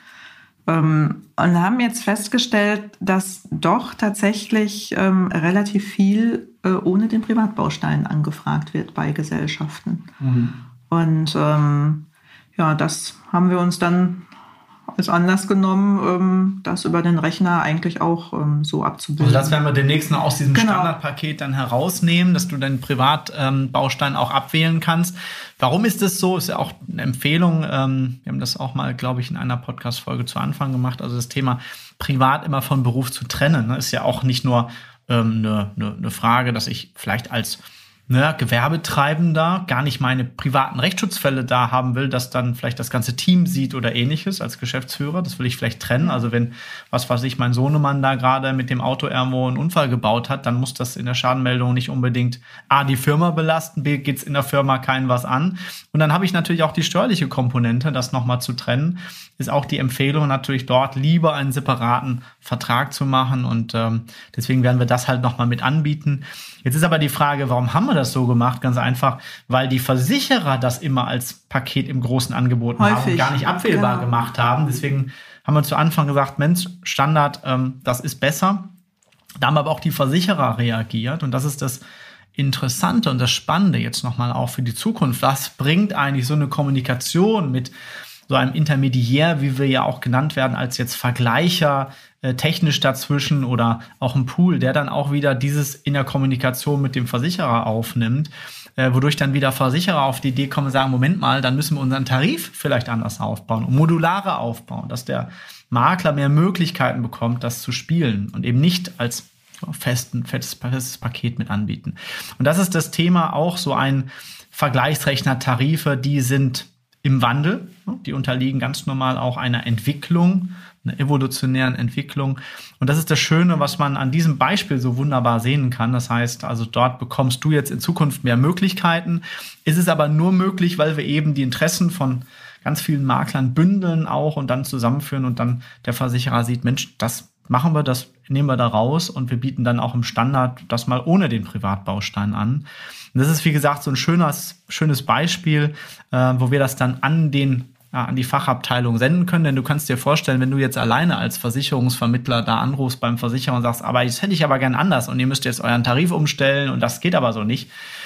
Speaker 3: Ähm, und haben jetzt festgestellt, dass doch tatsächlich ähm, relativ viel äh, ohne den Privatbaustein angefragt wird bei Gesellschaften. Mhm. Und ähm, ja, das haben wir uns dann als Anlass genommen, das über den Rechner eigentlich auch so abzubilden.
Speaker 2: Also das werden wir demnächst noch aus diesem genau. Standardpaket dann herausnehmen, dass du deinen Privatbaustein auch abwählen kannst. Warum ist das so? Ist ja auch eine Empfehlung. Wir haben das auch mal, glaube ich, in einer Podcast-Folge zu Anfang gemacht. Also das Thema Privat immer von Beruf zu trennen, ist ja auch nicht nur eine, eine Frage, dass ich vielleicht als Ne, Gewerbetreibender gar nicht meine privaten Rechtsschutzfälle da haben will, dass dann vielleicht das ganze Team sieht oder ähnliches als Geschäftsführer. Das will ich vielleicht trennen. Also wenn, was weiß ich, mein Sohnemann da gerade mit dem Auto irgendwo einen Unfall gebaut hat, dann muss das in der Schadenmeldung nicht unbedingt A, die Firma belasten, B, geht's in der Firma keinen was an. Und dann habe ich natürlich auch die steuerliche Komponente, das nochmal zu trennen. Ist auch die Empfehlung natürlich dort lieber einen separaten Vertrag zu machen. Und ähm, deswegen werden wir das halt nochmal mit anbieten. Jetzt ist aber die Frage, warum haben wir das so gemacht? Ganz einfach, weil die Versicherer das immer als Paket im großen angeboten Häufig. haben und gar nicht abwählbar genau. gemacht haben. Deswegen haben wir zu Anfang gesagt, Mensch, Standard, ähm, das ist besser. Da haben aber auch die Versicherer reagiert. Und das ist das Interessante und das Spannende jetzt nochmal auch für die Zukunft. Was bringt eigentlich so eine Kommunikation mit so einem Intermediär, wie wir ja auch genannt werden, als jetzt Vergleicher äh, technisch dazwischen oder auch ein Pool, der dann auch wieder dieses in der Kommunikation mit dem Versicherer aufnimmt, äh, wodurch dann wieder Versicherer auf die Idee kommen und sagen, Moment mal, dann müssen wir unseren Tarif vielleicht anders aufbauen und modularer aufbauen, dass der Makler mehr Möglichkeiten bekommt, das zu spielen und eben nicht als festen, festes, festes Paket mit anbieten. Und das ist das Thema auch so ein Vergleichsrechner-Tarife, die sind im Wandel. Die unterliegen ganz normal auch einer Entwicklung, einer evolutionären Entwicklung. Und das ist das Schöne, was man an diesem Beispiel so wunderbar sehen kann. Das heißt, also dort bekommst du jetzt in Zukunft mehr Möglichkeiten. Es ist aber nur möglich, weil wir eben die Interessen von ganz vielen Maklern bündeln auch und dann zusammenführen und dann der Versicherer sieht, Mensch, das machen wir, das nehmen wir da raus und wir bieten dann auch im Standard das mal ohne den Privatbaustein an. Und das ist, wie gesagt, so ein schönes, schönes Beispiel, äh, wo wir das dann an den, ja, an die Fachabteilung senden können. Denn du kannst dir vorstellen, wenn du jetzt alleine als Versicherungsvermittler da anrufst beim Versicherer und sagst, aber das hätte ich aber gern anders und ihr müsst jetzt euren Tarif umstellen und das geht aber so nicht.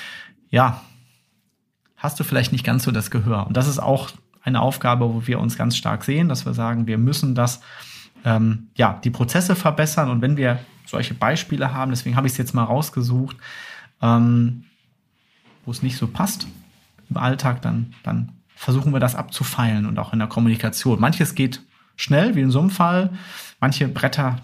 Speaker 2: Ja, hast du vielleicht nicht ganz so das Gehör. Und das ist auch eine Aufgabe, wo wir uns ganz stark sehen, dass wir sagen, wir müssen das, ähm, ja, die Prozesse verbessern. Und wenn wir solche Beispiele haben, deswegen habe ich es jetzt mal rausgesucht, ähm, wo es nicht so passt im Alltag, dann, dann versuchen wir das abzufeilen und auch in der Kommunikation. Manches geht schnell, wie in so einem Fall. Manche Bretter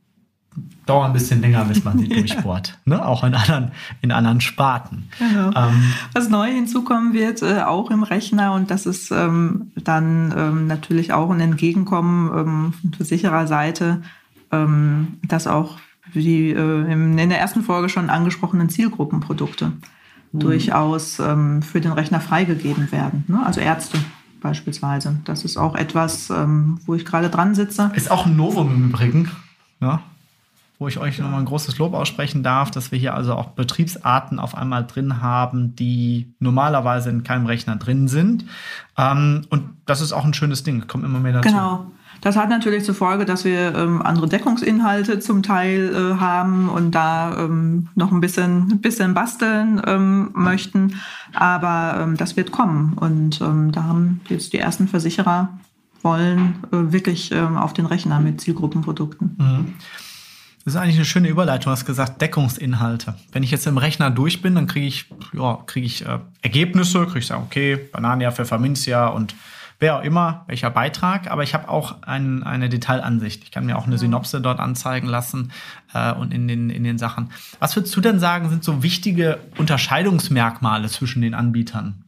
Speaker 2: dauern ein bisschen länger, bis man sie durchbohrt. Ne? Auch in anderen, in anderen Sparten.
Speaker 3: Genau. Ähm, Was neu hinzukommen wird, äh, auch im Rechner, und das ist ähm, dann ähm, natürlich auch ein Entgegenkommen ähm, von Versichererseite, ähm, dass auch die äh, in der ersten Folge schon angesprochenen Zielgruppenprodukte mhm. durchaus ähm, für den Rechner freigegeben werden. Ne? Also Ärzte beispielsweise. Das ist auch etwas, ähm, wo ich gerade dran sitze.
Speaker 2: Ist auch ein Novum im Übrigen, ja? Wo ich euch nochmal ein großes Lob aussprechen darf, dass wir hier also auch Betriebsarten auf einmal drin haben, die normalerweise in keinem Rechner drin sind. Ähm, und das ist auch ein schönes Ding, kommt immer mehr dazu.
Speaker 3: Genau. Das hat natürlich zur Folge, dass wir ähm, andere Deckungsinhalte zum Teil äh, haben und da ähm, noch ein bisschen, ein bisschen basteln ähm, möchten. Aber ähm, das wird kommen. Und ähm, da haben jetzt die ersten Versicherer wollen äh, wirklich ähm, auf den Rechner mit Zielgruppenprodukten.
Speaker 2: Mhm. Das ist eigentlich eine schöne Überleitung. Du hast gesagt, Deckungsinhalte. Wenn ich jetzt im Rechner durch bin, dann kriege ich, ja, kriege ich äh, Ergebnisse, kriege ich sagen, okay, Banania, Pfefferminzia und wer auch immer, welcher Beitrag. Aber ich habe auch ein, eine Detailansicht. Ich kann mir auch eine Synopse dort anzeigen lassen äh, und in den, in den Sachen. Was würdest du denn sagen, sind so wichtige Unterscheidungsmerkmale zwischen den Anbietern?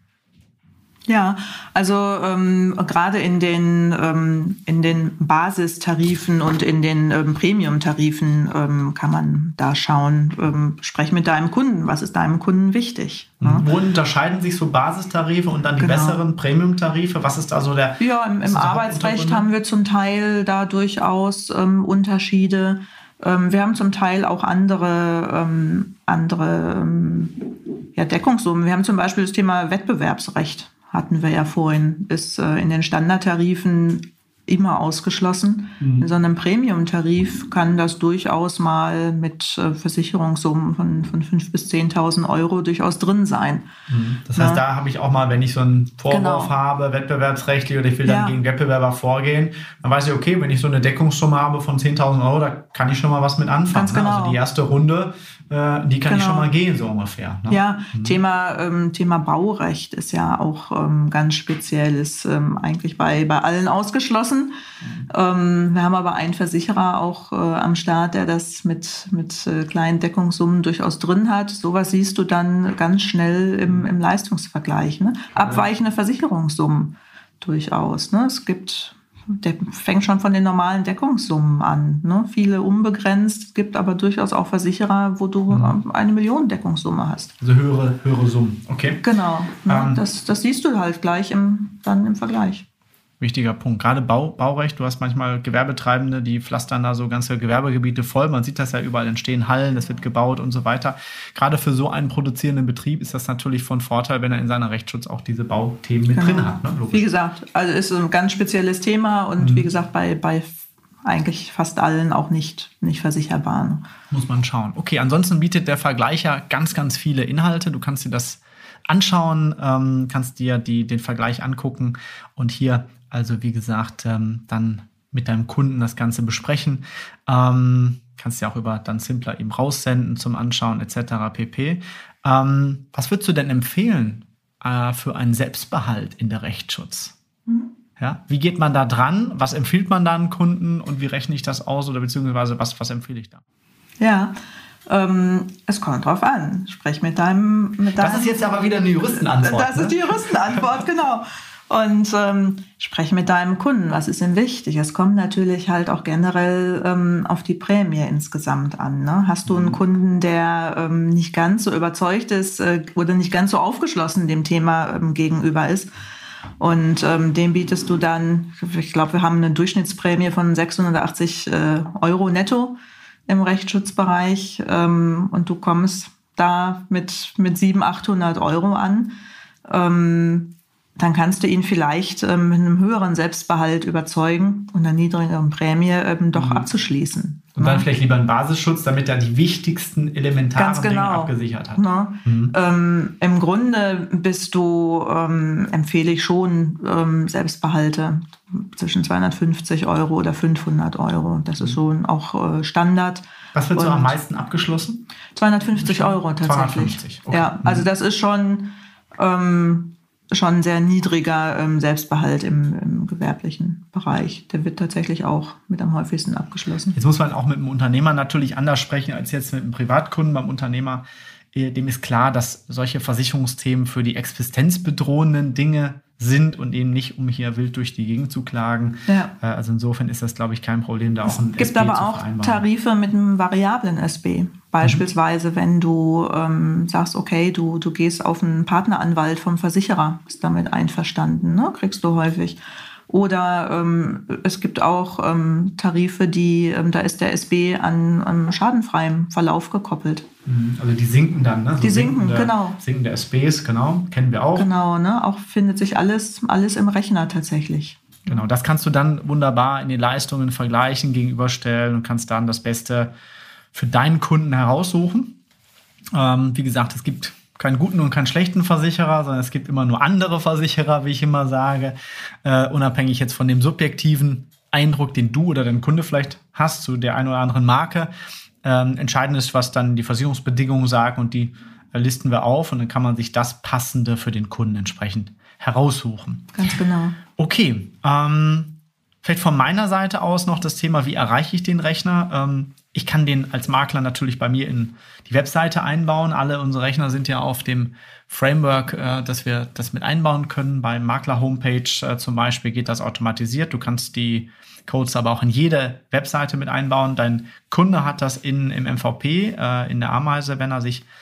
Speaker 3: Ja, also ähm, gerade in den, ähm, in den Basistarifen und in den ähm, Premium-Tarifen ähm, kann man da schauen, ähm, sprech mit deinem Kunden, was ist deinem Kunden wichtig.
Speaker 2: Ne? Wo unterscheiden sich so Basistarife und dann die genau. besseren Premium-Tarife? Was ist da so der...
Speaker 3: Ja, im, im Arbeitsrecht haben wir zum Teil da durchaus ähm, Unterschiede. Ähm, wir haben zum Teil auch andere, ähm, andere ähm, ja, Deckungssummen. Wir haben zum Beispiel das Thema Wettbewerbsrecht. Hatten wir ja vorhin, ist äh, in den Standardtarifen immer ausgeschlossen. Mhm. In so einem Premium-Tarif kann das durchaus mal mit äh, Versicherungssummen von, von fünftausend bis zehntausend Euro durchaus drin sein.
Speaker 2: Mhm. Das heißt, ja. da habe ich auch mal, wenn ich so einen Vorwurf genau. habe, wettbewerbsrechtlich, oder ich will dann ja. gegen Wettbewerber vorgehen, dann weiß ich, okay, wenn ich so eine Deckungssumme habe von zehntausend Euro, da kann ich schon mal was mit anfangen.
Speaker 3: Ganz genau.
Speaker 2: Also die erste Runde, äh, die kann genau. ich schon mal gehen, so ungefähr. Ne?
Speaker 3: Ja, mhm. Thema, ähm, Thema Baurecht ist ja auch ähm, ganz speziell, ist ähm, eigentlich bei, bei allen ausgeschlossen. Mhm. Ähm, wir haben aber einen Versicherer auch äh, am Start, der das mit, mit äh, kleinen Deckungssummen durchaus drin hat. Sowas siehst du dann ganz schnell im, im Leistungsvergleich. Ne? Abweichende Versicherungssummen durchaus. Ne? Es gibt, der fängt schon von den normalen Deckungssummen an. Ne? Viele unbegrenzt. Es gibt aber durchaus auch Versicherer, wo du mhm. eine Million Deckungssumme hast.
Speaker 2: Also höhere, höhere Summen. Okay.
Speaker 3: Genau. Ne?
Speaker 2: Ähm,
Speaker 3: das, das siehst du halt gleich im, dann im Vergleich.
Speaker 2: Wichtiger Punkt. Gerade Bau, Baurecht, du hast manchmal Gewerbetreibende, die pflastern da so ganze Gewerbegebiete voll. Man sieht das ja überall, entstehen Hallen, es wird gebaut und so weiter. Gerade für so einen produzierenden Betrieb ist das natürlich von Vorteil, wenn er in seiner Rechtsschutz auch diese Bauthemen mit genau. drin hat. Ne?
Speaker 3: Wie gesagt, also ist ein ganz spezielles Thema und mhm. wie gesagt, bei, bei eigentlich fast allen auch nicht, nicht versicherbar.
Speaker 2: Muss man schauen. Okay, ansonsten bietet der Vergleicher ganz, ganz viele Inhalte. Du kannst dir das anschauen, ähm, kannst dir die, den Vergleich angucken und hier also wie gesagt, ähm, dann mit deinem Kunden das Ganze besprechen. Ähm, kannst ja auch über dann Simpler eben raussenden zum Anschauen et cetera pp. Ähm, was würdest du denn empfehlen äh, für einen Selbstbehalt in der Rechtsschutz? Mhm. Ja, wie geht man da dran? Was empfiehlt man da an Kunden und wie rechne ich das aus oder beziehungsweise was, was empfehle ich da?
Speaker 3: Ja, ähm, es kommt drauf an. Sprech mit deinem, mit deinem...
Speaker 2: Das ist jetzt aber wieder eine Juristenantwort.
Speaker 3: Das ne? ist die Juristenantwort, genau. Und ähm, spreche mit deinem Kunden, was ist ihm wichtig? Es kommt natürlich halt auch generell ähm, auf die Prämie insgesamt an. Ne? Hast du einen Kunden, der ähm, nicht ganz so überzeugt ist äh, oder nicht ganz so aufgeschlossen dem Thema ähm, gegenüber ist und ähm, dem bietest du dann, ich glaube, wir haben eine Durchschnittsprämie von sechshundertachtzig äh, Euro netto im Rechtsschutzbereich ähm, und du kommst da mit, mit siebenhundert, achthundert Euro an, ähm, dann kannst du ihn vielleicht ähm, mit einem höheren Selbstbehalt überzeugen und einer niedrigeren Prämie ähm, doch mhm. abzuschließen.
Speaker 2: Und dann ja. vielleicht lieber einen Basisschutz, damit er die wichtigsten elementaren
Speaker 3: Ganz genau.
Speaker 2: Dinge abgesichert hat.
Speaker 3: Ne? Mhm. Ähm, Im Grunde bist du, ähm, empfehle ich schon ähm, Selbstbehalte zwischen zweihundertfünfzig Euro oder fünfhundert Euro. Das ist so auch äh, Standard.
Speaker 2: Was wird so am meisten abgeschlossen?
Speaker 3: zweihundertfünfzig Euro tatsächlich.
Speaker 2: zweihundertfünfzig, okay.
Speaker 3: Ja, also das ist schon... Ähm, schon ein sehr niedriger ähm, Selbstbehalt im, im gewerblichen Bereich. Der wird tatsächlich auch mit am häufigsten abgeschlossen.
Speaker 2: Jetzt muss man auch mit einem Unternehmer natürlich anders sprechen als jetzt mit einem Privatkunden. Beim Unternehmer, äh, dem ist klar, dass solche Versicherungsthemen für die existenzbedrohenden Dinge sind und eben nicht, um hier wild durch die Gegend zu klagen. Ja. Äh, also insofern ist das, glaube ich, kein Problem, da auch ein S B zu vereinbaren.
Speaker 3: Es gibt aber auch Tarife mit einem variablen S B. Beispielsweise, mhm. wenn du ähm, sagst, okay, du, du gehst auf einen Partneranwalt vom Versicherer, bist damit einverstanden, ne? Kriegst du häufig. Oder ähm, es gibt auch ähm, Tarife, die, ähm, da ist der S B an, an schadenfreiem Verlauf gekoppelt.
Speaker 2: Also die sinken dann, ne? So
Speaker 3: die sinken,
Speaker 2: sinkende,
Speaker 3: genau.
Speaker 2: Sinkende S Bs, genau, kennen wir auch.
Speaker 3: Genau, ne? Auch findet sich alles, alles im Rechner tatsächlich.
Speaker 2: Genau, das kannst du dann wunderbar in den Leistungen vergleichen, gegenüberstellen und kannst dann das Beste für deinen Kunden heraussuchen. Ähm, wie gesagt, es gibt keinen guten und keinen schlechten Versicherer, sondern es gibt immer nur andere Versicherer, wie ich immer sage, äh, unabhängig jetzt von dem subjektiven Eindruck, den du oder dein Kunde vielleicht hast zu der einen oder anderen Marke. Ähm, entscheidend ist, was dann die Versicherungsbedingungen sagen und die äh, listen wir auf und dann kann man sich das Passende für den Kunden entsprechend heraussuchen.
Speaker 3: Ganz genau.
Speaker 2: Okay, ähm, vielleicht von meiner Seite aus noch das Thema, wie erreiche ich den Rechner? Ähm, ich kann den als Makler natürlich bei mir in die Webseite einbauen. Alle unsere Rechner sind ja auf dem Framework, äh, dass wir das mit einbauen können. Bei Makler-Homepage äh, zum Beispiel geht das automatisiert. Du kannst die Codes aber auch in jede Webseite mit einbauen. Dein Kunde hat das in, im M V P, äh, in der Ameise, wenn er sich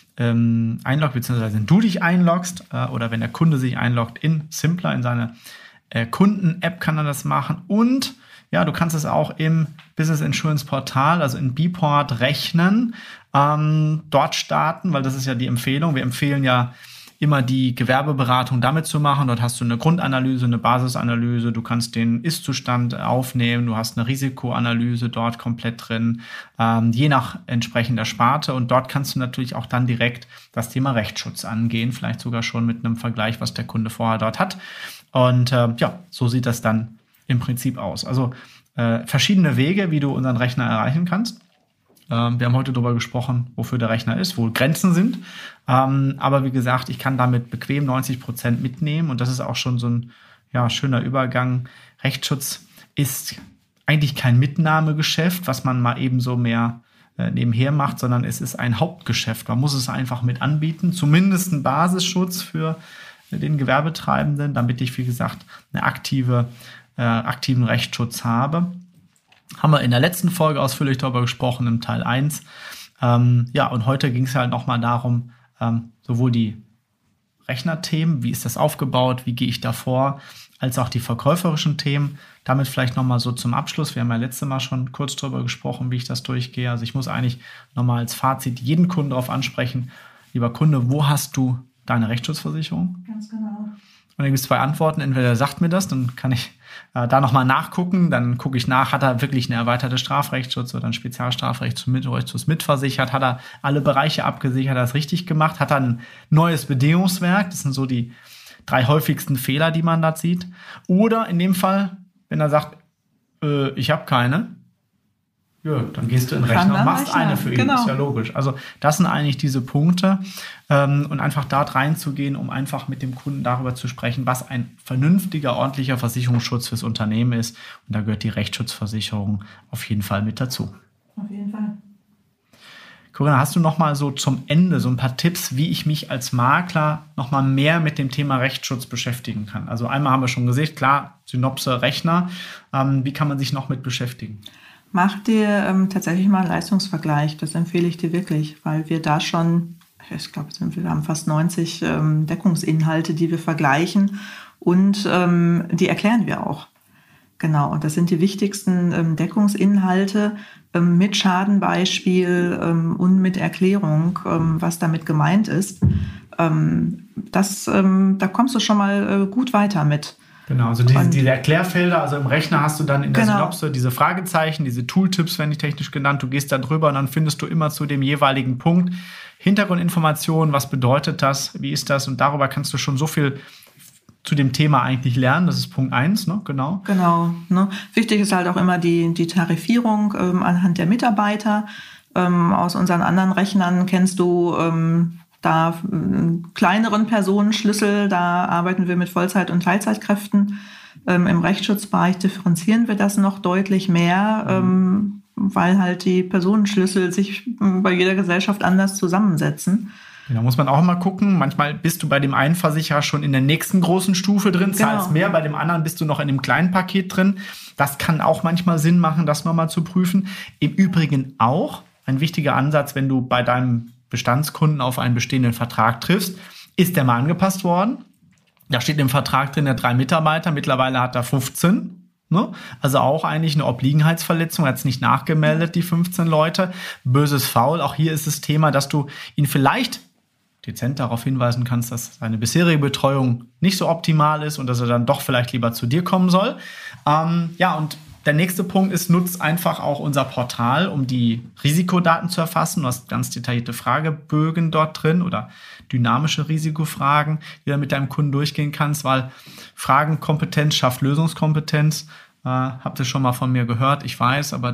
Speaker 2: ähm, einloggt, beziehungsweise wenn du dich einloggst äh, oder wenn der Kunde sich einloggt in Simpler, in seine äh, Kunden-App kann er das machen. Und ja, du kannst es auch im Business Insurance Portal, also in Bport, rechnen, ähm, dort starten, weil das ist ja die Empfehlung. Wir empfehlen ja immer die Gewerbeberatung damit zu machen. Dort hast du eine Grundanalyse, eine Basisanalyse, du kannst den Ist-Zustand aufnehmen, du hast eine Risikoanalyse dort komplett drin, ähm, je nach entsprechender Sparte. Und dort kannst du natürlich auch dann direkt das Thema Rechtsschutz angehen, vielleicht sogar schon mit einem Vergleich, was der Kunde vorher dort hat. Und äh, ja, so sieht das dann im Prinzip aus. Also äh, verschiedene Wege, wie du unseren Rechner erreichen kannst. Ähm, wir haben heute darüber gesprochen, wofür der Rechner ist, wo Grenzen sind. Ähm, aber wie gesagt, ich kann damit bequem neunzig Prozent mitnehmen und das ist auch schon so ein ja, schöner Übergang. Rechtsschutz ist eigentlich kein Mitnahmegeschäft, was man mal eben so mehr äh, nebenher macht, sondern es ist ein Hauptgeschäft. Man muss es einfach mit anbieten, zumindest einen Basisschutz für den Gewerbetreibenden, damit ich, wie gesagt, eine aktive Äh, aktiven Rechtsschutz habe. Haben wir in der letzten Folge ausführlich darüber gesprochen, im Teil eins. Ähm, ja, und heute ging es halt nochmal darum, ähm, sowohl die Rechnerthemen, wie ist das aufgebaut, wie gehe ich da vor, als auch die verkäuferischen Themen. Damit vielleicht nochmal so zum Abschluss. Wir haben ja letztes Mal schon kurz darüber gesprochen, wie ich das durchgehe. Also ich muss eigentlich nochmal als Fazit jeden Kunden darauf ansprechen, lieber Kunde, wo hast du deine Rechtsschutzversicherung?
Speaker 3: Ganz genau.
Speaker 2: Und dann gibt es zwei Antworten. Entweder er sagt mir das, dann kann ich äh, da nochmal nachgucken. Dann gucke ich nach, hat er wirklich eine erweiterte Strafrechtsschutz oder ein Spezialstrafrecht zum Mitrechtsschutz mitversichert? Hat er alle Bereiche abgesichert? Hat er das richtig gemacht? Hat er ein neues Bedingungswerk? Das sind so die drei häufigsten Fehler, die man da sieht. Oder in dem Fall, wenn er sagt, äh, ich habe keine, ja, dann gehst du in den Rechner und machst Rechner. eine für ihn. Genau. Ist ja logisch. Also das sind eigentlich diese Punkte. Ähm, und einfach dort reinzugehen, um einfach mit dem Kunden darüber zu sprechen, was ein vernünftiger, ordentlicher Versicherungsschutz fürs Unternehmen ist. Und da gehört die Rechtsschutzversicherung auf jeden Fall mit dazu.
Speaker 3: Auf jeden Fall.
Speaker 2: Corinna, hast du noch mal so zum Ende so ein paar Tipps, wie ich mich als Makler noch mal mehr mit dem Thema Rechtsschutz beschäftigen kann? Also einmal haben wir schon gesehen, klar, Synopse, Rechner. Ähm, wie kann man sich noch mit beschäftigen?
Speaker 3: Mach dir ähm, tatsächlich mal einen Leistungsvergleich. Das empfehle ich dir wirklich, weil wir da schon, ich glaube, wir haben fast neunzig ähm, Deckungsinhalte, die wir vergleichen und ähm, die erklären wir auch. Genau, und das sind die wichtigsten ähm, Deckungsinhalte ähm, mit Schadenbeispiel ähm, und mit Erklärung, ähm, was damit gemeint ist. Ähm, das, ähm, da kommst du schon mal äh, gut weiter mit.
Speaker 2: Genau, also diese, diese Erklärfelder, also im Rechner hast du dann in der genau. Synopse diese Fragezeichen, diese Tooltips werden die technisch genannt, du gehst da drüber und dann findest du immer zu dem jeweiligen Punkt Hintergrundinformationen, was bedeutet das, wie ist das und darüber kannst du schon so viel zu dem Thema eigentlich lernen, das ist Punkt eins, ne? Genau.
Speaker 3: Genau, ne? Wichtig ist halt auch immer die, die Tarifierung ähm, anhand der Mitarbeiter. Ähm, aus unseren anderen Rechnern kennst du ähm, da einen kleineren Personenschlüssel, da arbeiten wir mit Vollzeit- und Teilzeitkräften. Ähm, Im Rechtsschutzbereich differenzieren wir das noch deutlich mehr, mhm. ähm, weil halt die Personenschlüssel sich bei jeder Gesellschaft anders zusammensetzen.
Speaker 2: Da muss man auch mal gucken. Manchmal bist du bei dem einen Versicherer schon in der nächsten großen Stufe drin, zahlst genau. mehr, bei dem anderen bist du noch in dem kleinen Paket drin. Das kann auch manchmal Sinn machen, das nochmal zu prüfen. Im Übrigen auch ein wichtiger Ansatz, wenn du bei deinem Bestandskunden auf einen bestehenden Vertrag triffst, ist der mal angepasst worden. Da steht im Vertrag drin, der drei Mitarbeiter, mittlerweile hat er fünfzehn. Ne? Also auch eigentlich eine Obliegenheitsverletzung, hat es nicht nachgemeldet, die fünfzehn Leute. Böses Faul, auch hier ist das Thema, dass du ihn vielleicht dezent darauf hinweisen kannst, dass seine bisherige Betreuung nicht so optimal ist und dass er dann doch vielleicht lieber zu dir kommen soll. Ähm, ja, und der nächste Punkt ist, nutzt einfach auch unser Portal, um die Risikodaten zu erfassen. Du hast ganz detaillierte Fragebögen dort drin oder dynamische Risikofragen, die du mit deinem Kunden durchgehen kannst, weil Fragenkompetenz schafft Lösungskompetenz. Äh, habt ihr schon mal von mir gehört, ich weiß, aber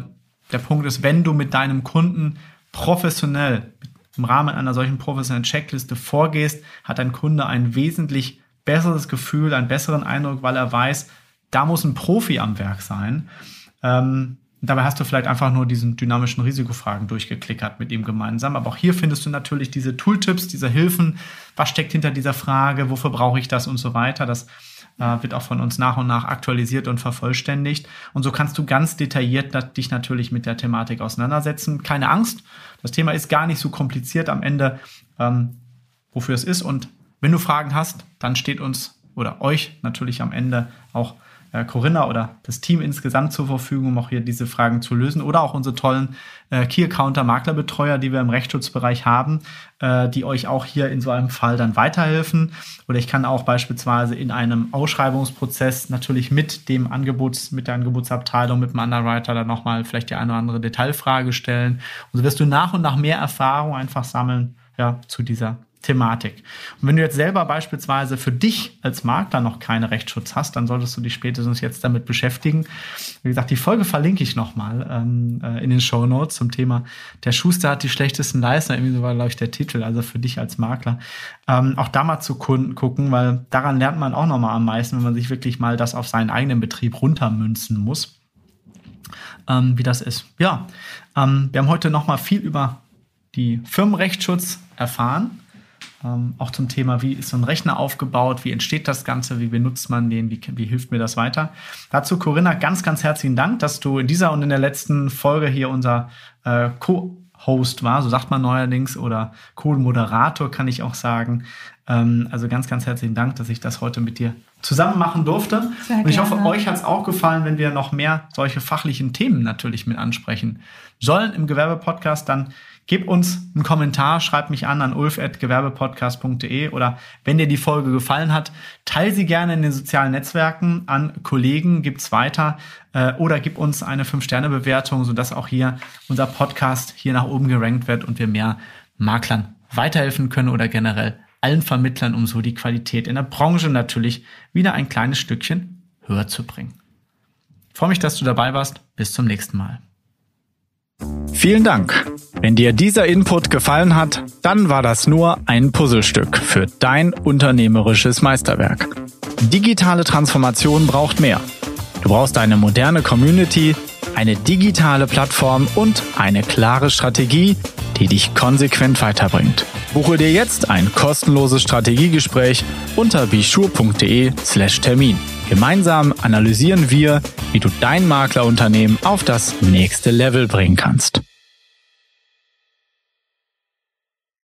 Speaker 2: der Punkt ist, wenn du mit deinem Kunden professionell im Rahmen einer solchen professionellen Checkliste vorgehst, hat dein Kunde ein wesentlich besseres Gefühl, einen besseren Eindruck, weil er weiß, da muss ein Profi am Werk sein. Ähm, dabei hast du vielleicht einfach nur diesen dynamischen Risikofragen durchgeklickert mit ihm gemeinsam. Aber auch hier findest du natürlich diese Tooltips, diese Hilfen. Was steckt hinter dieser Frage? Wofür brauche ich das und so weiter? Das äh, wird auch von uns nach und nach aktualisiert und vervollständigt. Und so kannst du ganz detailliert dich natürlich mit der Thematik auseinandersetzen. Keine Angst, das Thema ist gar nicht so kompliziert am Ende, ähm, wofür es ist. Und wenn du Fragen hast, dann steht uns oder euch natürlich am Ende auch äh, Corinna oder das Team insgesamt zur Verfügung, um auch hier diese Fragen zu lösen. Oder auch unsere tollen äh, Key-Accounter-Maklerbetreuer, die wir im Rechtsschutzbereich haben, äh, die euch auch hier in so einem Fall dann weiterhelfen. Oder ich kann auch beispielsweise in einem Ausschreibungsprozess natürlich mit dem Angebots, mit der Angebotsabteilung, mit dem Underwriter dann nochmal vielleicht die eine oder andere Detailfrage stellen. Und so wirst du nach und nach mehr Erfahrung einfach sammeln, ja, zu dieser Thematik. Und wenn du jetzt selber beispielsweise für dich als Makler noch keinen Rechtsschutz hast, dann solltest du dich spätestens jetzt damit beschäftigen. Wie gesagt, die Folge verlinke ich nochmal ähm, äh, in den Shownotes zum Thema der Schuster hat die schlechtesten Leistungen, irgendwie so war, glaube ich, der Titel, also für dich als Makler. Ähm, auch da mal zu Kunden gucken, weil daran lernt man auch nochmal am meisten, wenn man sich wirklich mal das auf seinen eigenen Betrieb runtermünzen muss, ähm, wie das ist. Ja, ähm, wir haben heute nochmal viel über die Firmenrechtsschutz erfahren. Ähm, auch zum Thema, wie ist so ein Rechner aufgebaut, wie entsteht das Ganze, wie benutzt man den, wie, wie hilft mir das weiter. Dazu, Corinna, ganz, ganz herzlichen Dank, dass du in dieser und in der letzten Folge hier unser äh, Co-Host war, so sagt man neuerdings, oder Co-Moderator kann ich auch sagen. Ähm, also ganz, ganz herzlichen Dank, dass ich das heute mit dir zusammen machen durfte. Sehr und ich gerne. Hoffe, euch hat es auch gefallen, wenn wir noch mehr solche fachlichen Themen natürlich mit ansprechen sollen im Gewerbe-Podcast, dann gib uns einen Kommentar, schreib mich an an ulf at gewerbepodcast punkt de oder wenn dir die Folge gefallen hat, teile sie gerne in den sozialen Netzwerken an Kollegen, gib's weiter äh, oder gib uns eine fünf Sterne Bewertung, sodass auch hier unser Podcast hier nach oben gerankt wird und wir mehr Maklern weiterhelfen können oder generell allen Vermittlern, um so die Qualität in der Branche natürlich wieder ein kleines Stückchen höher zu bringen. Ich freue mich, dass du dabei warst. Bis zum nächsten Mal.
Speaker 1: Vielen Dank. Wenn dir dieser Input gefallen hat, dann war das nur ein Puzzlestück für dein unternehmerisches Meisterwerk. Digitale Transformation braucht mehr. Du brauchst eine moderne Community, eine digitale Plattform und eine klare Strategie, die dich konsequent weiterbringt. Buche dir jetzt ein kostenloses Strategiegespräch unter bischur punkt de slash Termin. Gemeinsam analysieren wir, wie du dein Maklerunternehmen auf das nächste Level bringen kannst.